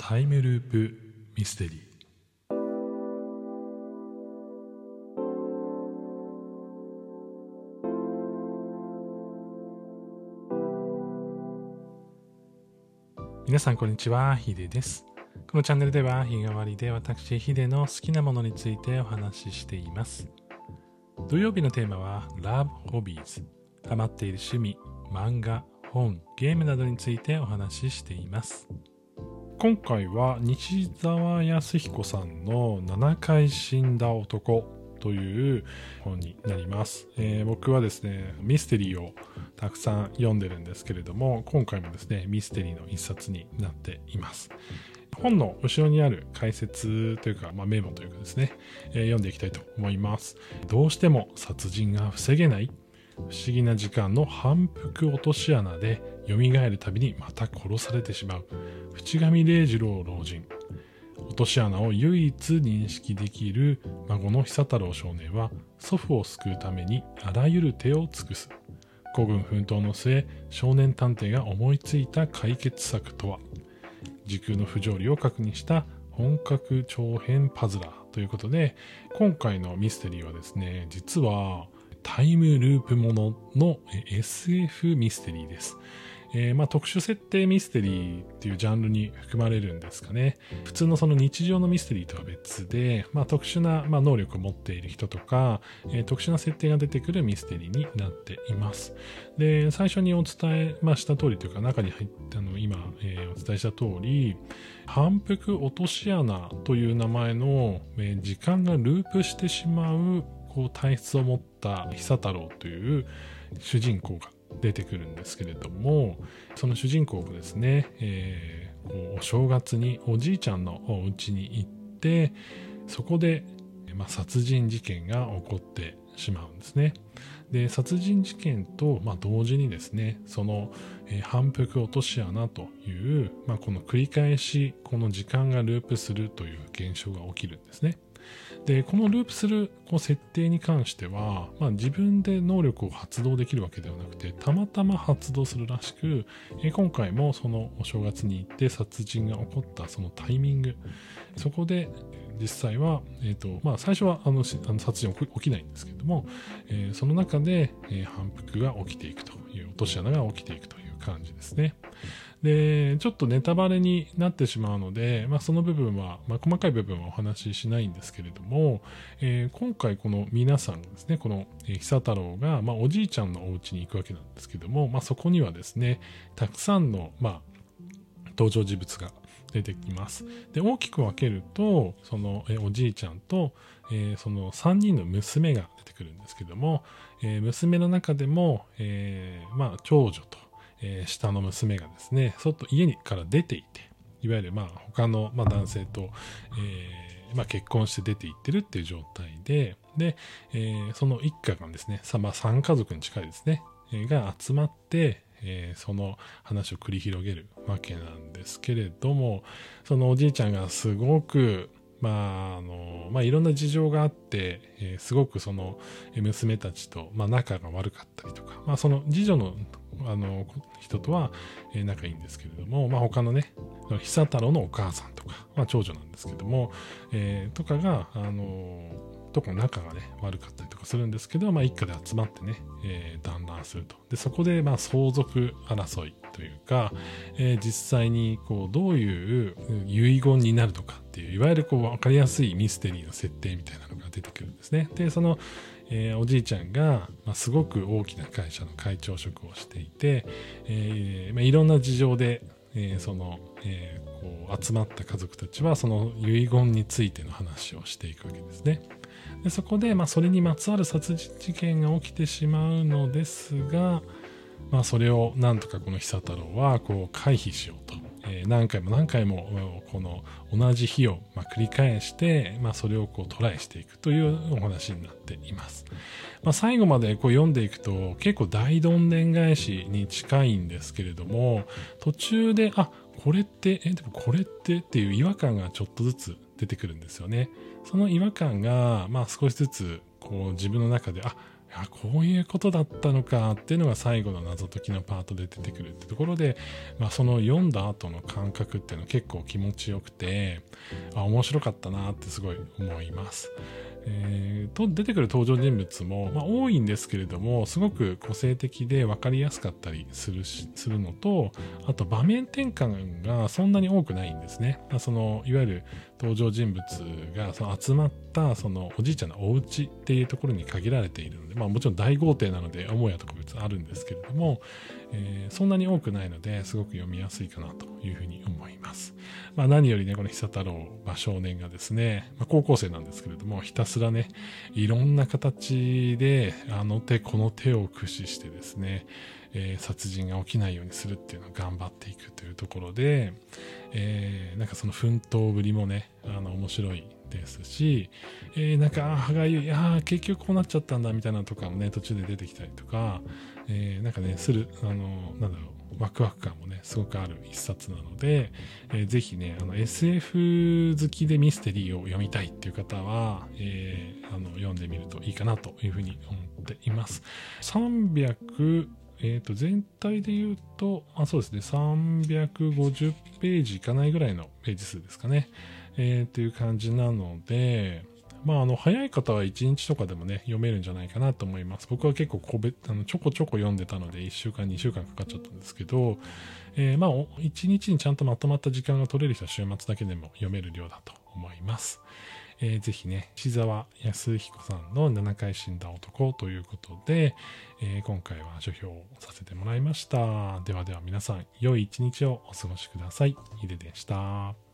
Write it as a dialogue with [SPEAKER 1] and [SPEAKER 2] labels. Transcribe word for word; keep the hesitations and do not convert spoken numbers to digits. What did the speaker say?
[SPEAKER 1] タイムループミステリー。皆さんこんにちは、ヒデです。このチャンネルでは日替わりで私ヒデの好きなものについてお話ししています。土曜日のテーマは Love Hobbies、 ハマっている趣味、漫画、本、ゲームなどについてお話ししています。今回は西澤康彦さんのななかい死んだ男という本になります。えー、僕はですねミステリーをたくさん読んでるんですけれども、今回もですねミステリーの一冊になっています。本の後ろにある解説というか、まあ、メモというかですね、えー、読んでいきたいと思います。どうしても殺人が防げない不思議な時間の反復落とし穴で蘇るたびにまた殺されてしまう淵上礼二郎老人。落とし穴を唯一認識できる孫の久太郎少年は祖父を救うためにあらゆる手を尽くす。孤軍奮闘の末、少年探偵が思いついた解決策とは。時空の不条理を確認した本格長編パズラーということで、今回のミステリーはですね、実はタイムループものの エスエフ ミステリーです。えー、まあ特殊設定ミステリーっていうジャンルに含まれるんですかね。普通のその日常のミステリーとは別で、まあ、特殊な、まあ、能力を持っている人とか、えー、特殊な設定が出てくるミステリーになっています。で、最初にお伝え、まあ、した通りというか、中に入ったの今、えー、お伝えした通り、反復落とし穴という名前の、えー、時間がループしてしまうこう体質を持った久太郎という主人公が出てくるんですけれども、その主人公がですね、えー、こうお正月におじいちゃんのお家に行って、そこで、まあ、殺人事件が起こってしまうんですね。で、殺人事件と、まあ、同時にですね、その、えー、反復落とし穴という、まあ、この繰り返しこの時間がループするという現象が起きるんですね。で、このループするこの設定に関しては、まあ、自分で能力を発動できるわけではなくて、たまたま発動するらしく、え今回もそのお正月に行って殺人が起こったそのタイミング、そこで実際は、えーとまあ、最初はあのあの殺人起きないんですけれども、えー、その中で、えー、反復が起きていくという、落とし穴が起きていくという感じですね。で、ちょっとネタバレになってしまうので、まあ、その部分は、まあ、細かい部分はお話ししないんですけれども、えー、今回この皆さんがですね、この、えー、久太郎が、まあ、おじいちゃんのお家に行くわけなんですけども、まあ、そこにはですね、たくさんの、まあ、登場人物が出てきます。で、大きく分けると、その、えー、おじいちゃんと、えー、そのさんにんの娘が出てくるんですけども、えー、娘の中でも、えー、まあ、長女と、えー、下の娘がですね、外、家から出ていて、いわゆるまあ他のまあ男性と、えーまあ、結婚して出ていってるっていう状態で、で、えー、その一家がですね、さまあ、さん家族に近いですね、えー、が集まって、えー、その話を繰り広げるわけなんですけれども、そのおじいちゃんがすごくまああのまあ、いろんな事情があって、えー、すごくその娘たちと、まあ、仲が悪かったりとか、まあ、その次女のあの人とは、えー、仲いいんですけれども、まあ、他のね久太郎のお母さんとか、まあ、長女なんですけども、えー、とかがあのとか仲がね悪かったりとかするんですけど、まあ、一家で集まってね、えー、団らんすると。でそこでまあ相続争いというか、えー、実際にこうどういう遺言になるのかっていう、いわゆるこう分かりやすいミステリーの設定みたいなのが出てくるんですね。でそのえー、おじいちゃんが、まあ、すごく大きな会社の会長職をしていて、えーまあ、いろんな事情で、えー、その、えー、こう集まった家族たちはその遺言についての話をしていくわけですね。でそこで、まあ、それにまつわる殺人事件が起きてしまうのですが、まあ、それをなんとかこの久太郎はこう回避しようと、えー、何回も何回もこの同じ日をまあ繰り返して、まあ、それをこうトライしていくというお話になっています。まあ、最後までこう読んでいくと結構大どんでん返しに近いんですけれども、途中であこれってえでもこれってっていう違和感がちょっとずつ出てくるんですよね。その違和感がまあ少しずつこう自分の中でああ、こういうことだったのかっていうのが最後の謎解きのパートで出てくるってところで、まあ、その読んだ後の感覚っていうのは結構気持ちよくて、あ、面白かったなってすごい思います。えー、と出てくる登場人物も、まあ、多いんですけれども、すごく個性的で分かりやすかったりするしするのと、あと場面転換がそんなに多くないんですね。まあ、そのいわゆる登場人物がその集まったそのおじいちゃんのお家っていうところに限られているので、まあ、もちろん大豪邸なので母屋とか別にあるんですけれども、えー、そんなに多くないのですごく読みやすいかなというふうに思います。まあ、何よりね、この久太郎、まあ、少年がですね、まあ、高校生なんですけれども、ひたすらね、いろんな形であの手この手を駆使してですね、えー、殺人が起きないようにするっていうのを頑張っていくというところで、えー、なんかその奮闘ぶりもね、あの面白いですし、えー、なんか、ああ、歯がゆい、ああ、結局こうなっちゃったんだみたいなのとかもね、途中で出てきたりとか、えー、なんかね、する、あの、なんだろう、ワクワク感もね、すごくある一冊なので、えー、ぜひね、あの エスエフ 好きでミステリーを読みたいっていう方は、えー、あの読んでみるといいかなというふうに思っています。さんびゃく、えー、と全体で言うと、あ、そうですね、さんびゃくごじゅうページいかないぐらいのページ数ですかね。えー、という感じなので、まあ、あの早い方はいちにちとかでもね読めるんじゃないかなと思います。僕は結構個別あのちょこちょこ読んでたのでいっしゅうかんにしゅうかんかかっちゃったんですけど、えー、まあいちにちにちゃんとまとまった時間が取れる人は週末だけでも読める量だと思います。えー、ぜひね、石澤康彦さんのななかい死んだ男ということで、えー、今回は書評させてもらいました。ではでは皆さん良い一日をお過ごしください。ヒデでした。